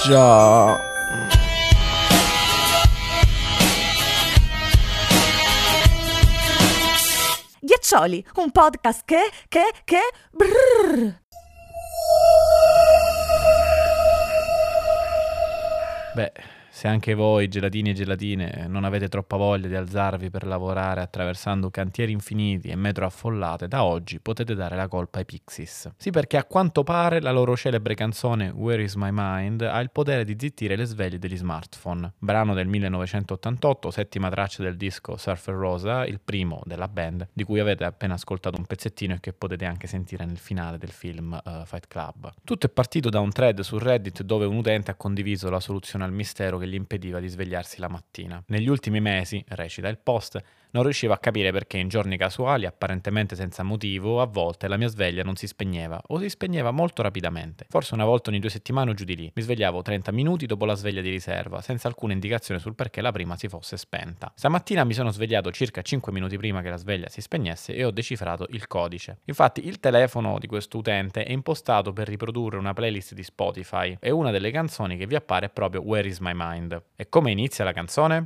Già. Ghiaccioli, un podcast che... Brrr. Beh, se anche voi, gelatini e gelatine, non avete troppa voglia di alzarvi per lavorare attraversando cantieri infiniti e metro affollate, da oggi potete dare la colpa ai Pixies. Sì, perché a quanto pare la loro celebre canzone Where is my mind ha il potere di zittire le sveglie degli smartphone. Brano del 1988, settima traccia del disco Surfer Rosa, il primo della band, di cui avete appena ascoltato un pezzettino e che potete anche sentire nel finale del film Fight Club. Tutto è partito da un thread su Reddit dove un utente ha condiviso la soluzione al mistero che gli impediva di svegliarsi la mattina. Negli ultimi mesi, recita il post, non riuscivo a capire perché in giorni casuali, apparentemente senza motivo, a volte la mia sveglia non si spegneva o si spegneva molto rapidamente. Forse una volta ogni 2 settimane o giù di lì. Mi svegliavo 30 minuti dopo la sveglia di riserva, senza alcuna indicazione sul perché la prima si fosse spenta. Stamattina mi sono svegliato circa 5 minuti prima che la sveglia si spegnesse e ho decifrato il codice. Infatti il telefono di questo utente è impostato per riprodurre una playlist di Spotify e una delle canzoni che vi appare è proprio Where is my mind. E come inizia la canzone?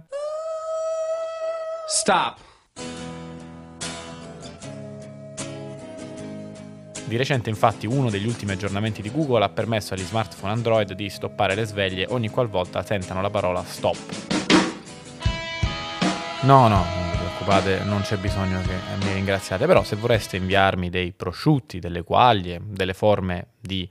Stop! Di recente infatti uno degli ultimi aggiornamenti di Google ha permesso agli smartphone Android di stoppare le sveglie ogni qualvolta sentano la parola stop. No, non vi preoccupate, non c'è bisogno che mi ringraziate, però se vorreste inviarmi dei prosciutti, delle quaglie, delle forme di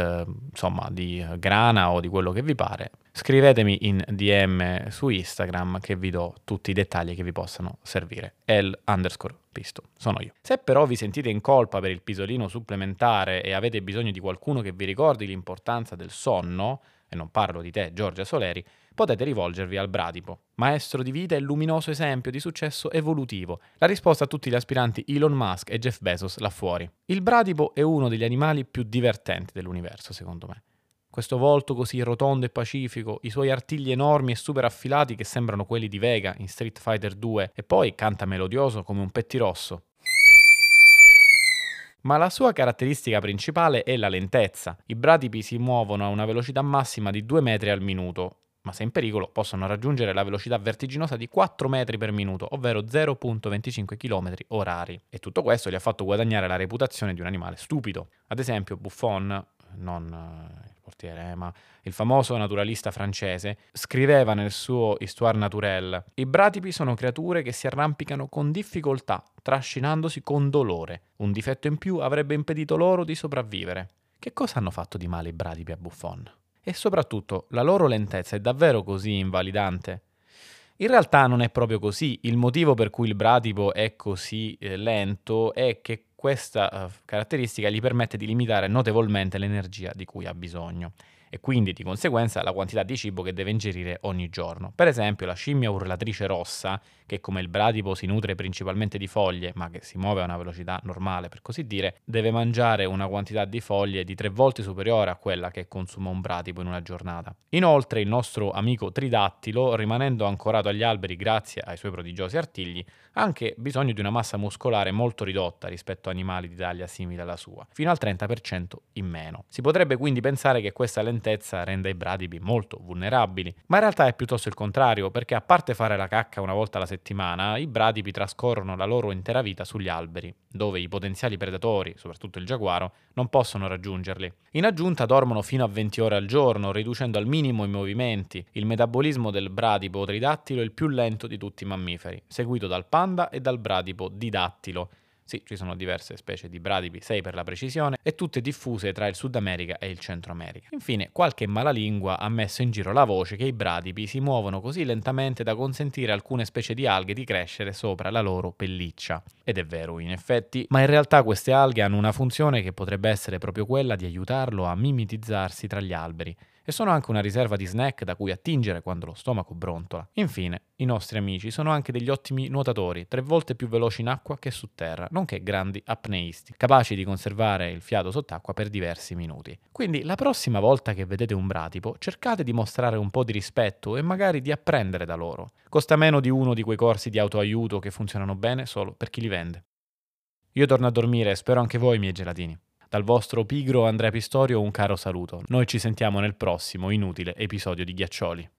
grana o di quello che vi pare, scrivetemi in DM su Instagram che vi do tutti i dettagli che vi possano servire. _pisto, sono io. Se però vi sentite in colpa per il pisolino supplementare e avete bisogno di qualcuno che vi ricordi l'importanza del sonno, e non parlo di te, Giorgia Soleri, potete rivolgervi al Bradipo, maestro di vita e luminoso esempio di successo evolutivo. La risposta a tutti gli aspiranti Elon Musk e Jeff Bezos là fuori. Il Bradipo è uno degli animali più divertenti dell'universo, secondo me. Questo volto così rotondo e pacifico, i suoi artigli enormi e super affilati che sembrano quelli di Vega in Street Fighter 2 e poi canta melodioso come un pettirosso. Ma la sua caratteristica principale è la lentezza. I bradipi si muovono a una velocità massima di 2 metri al minuto, ma se in pericolo possono raggiungere la velocità vertiginosa di 4 metri per minuto, ovvero 0,25 km orari. E tutto questo gli ha fatto guadagnare la reputazione di un animale stupido. Ad esempio Buffon, non il portiere, ma il famoso naturalista francese, scriveva nel suo Histoire naturelle: i bradipi sono creature che si arrampicano con difficoltà, trascinandosi con dolore. Un difetto in più avrebbe impedito loro di sopravvivere. Che cosa hanno fatto di male i bradipi a Buffon? E soprattutto, la loro lentezza è davvero così invalidante? In realtà non è proprio così. Il motivo per cui il bradipo è così lento è che questa caratteristica gli permette di limitare notevolmente l'energia di cui ha bisogno e quindi di conseguenza la quantità di cibo che deve ingerire ogni giorno. Per esempio la scimmia urlatrice rossa, che come il bradipo si nutre principalmente di foglie, ma che si muove a una velocità normale per così dire, deve mangiare una quantità di foglie di 3 volte superiore a quella che consuma un bradipo in una giornata. Inoltre il nostro amico tridattilo, rimanendo ancorato agli alberi grazie ai suoi prodigiosi artigli, ha anche bisogno di una massa muscolare molto ridotta rispetto a animali di taglia simile alla sua, fino al 30% in meno. Si potrebbe quindi pensare che questa lentezza renda i bradipi molto vulnerabili, ma in realtà è piuttosto il contrario, perché a parte fare la cacca una volta alla settimana, i bradipi trascorrono la loro intera vita sugli alberi, dove i potenziali predatori, soprattutto il giaguaro, non possono raggiungerli. In aggiunta dormono fino a 20 ore al giorno, riducendo al minimo i movimenti. Il metabolismo del bradipo tridattilo è il più lento di tutti i mammiferi, seguito dal panda e dal bradipo didattilo. Sì, ci sono diverse specie di bradipi, 6 per la precisione, e tutte diffuse tra il Sud America e il Centro America. Infine, qualche malalingua ha messo in giro la voce che i bradipi si muovono così lentamente da consentire a alcune specie di alghe di crescere sopra la loro pelliccia. Ed è vero, in effetti, ma in realtà queste alghe hanno una funzione che potrebbe essere proprio quella di aiutarlo a mimetizzarsi tra gli alberi. E sono anche una riserva di snack da cui attingere quando lo stomaco brontola. Infine, i nostri amici sono anche degli ottimi nuotatori, 3 volte più veloci in acqua che su terra, nonché grandi apneisti, capaci di conservare il fiato sott'acqua per diversi minuti. Quindi la prossima volta che vedete un bradipo, cercate di mostrare un po' di rispetto e magari di apprendere da loro. Costa meno di uno di quei corsi di autoaiuto che funzionano bene solo per chi li vende. Io torno a dormire e spero anche voi, miei gelatini. Dal vostro pigro Andrea Pistorio un caro saluto. Noi ci sentiamo nel prossimo inutile episodio di Ghiaccioli.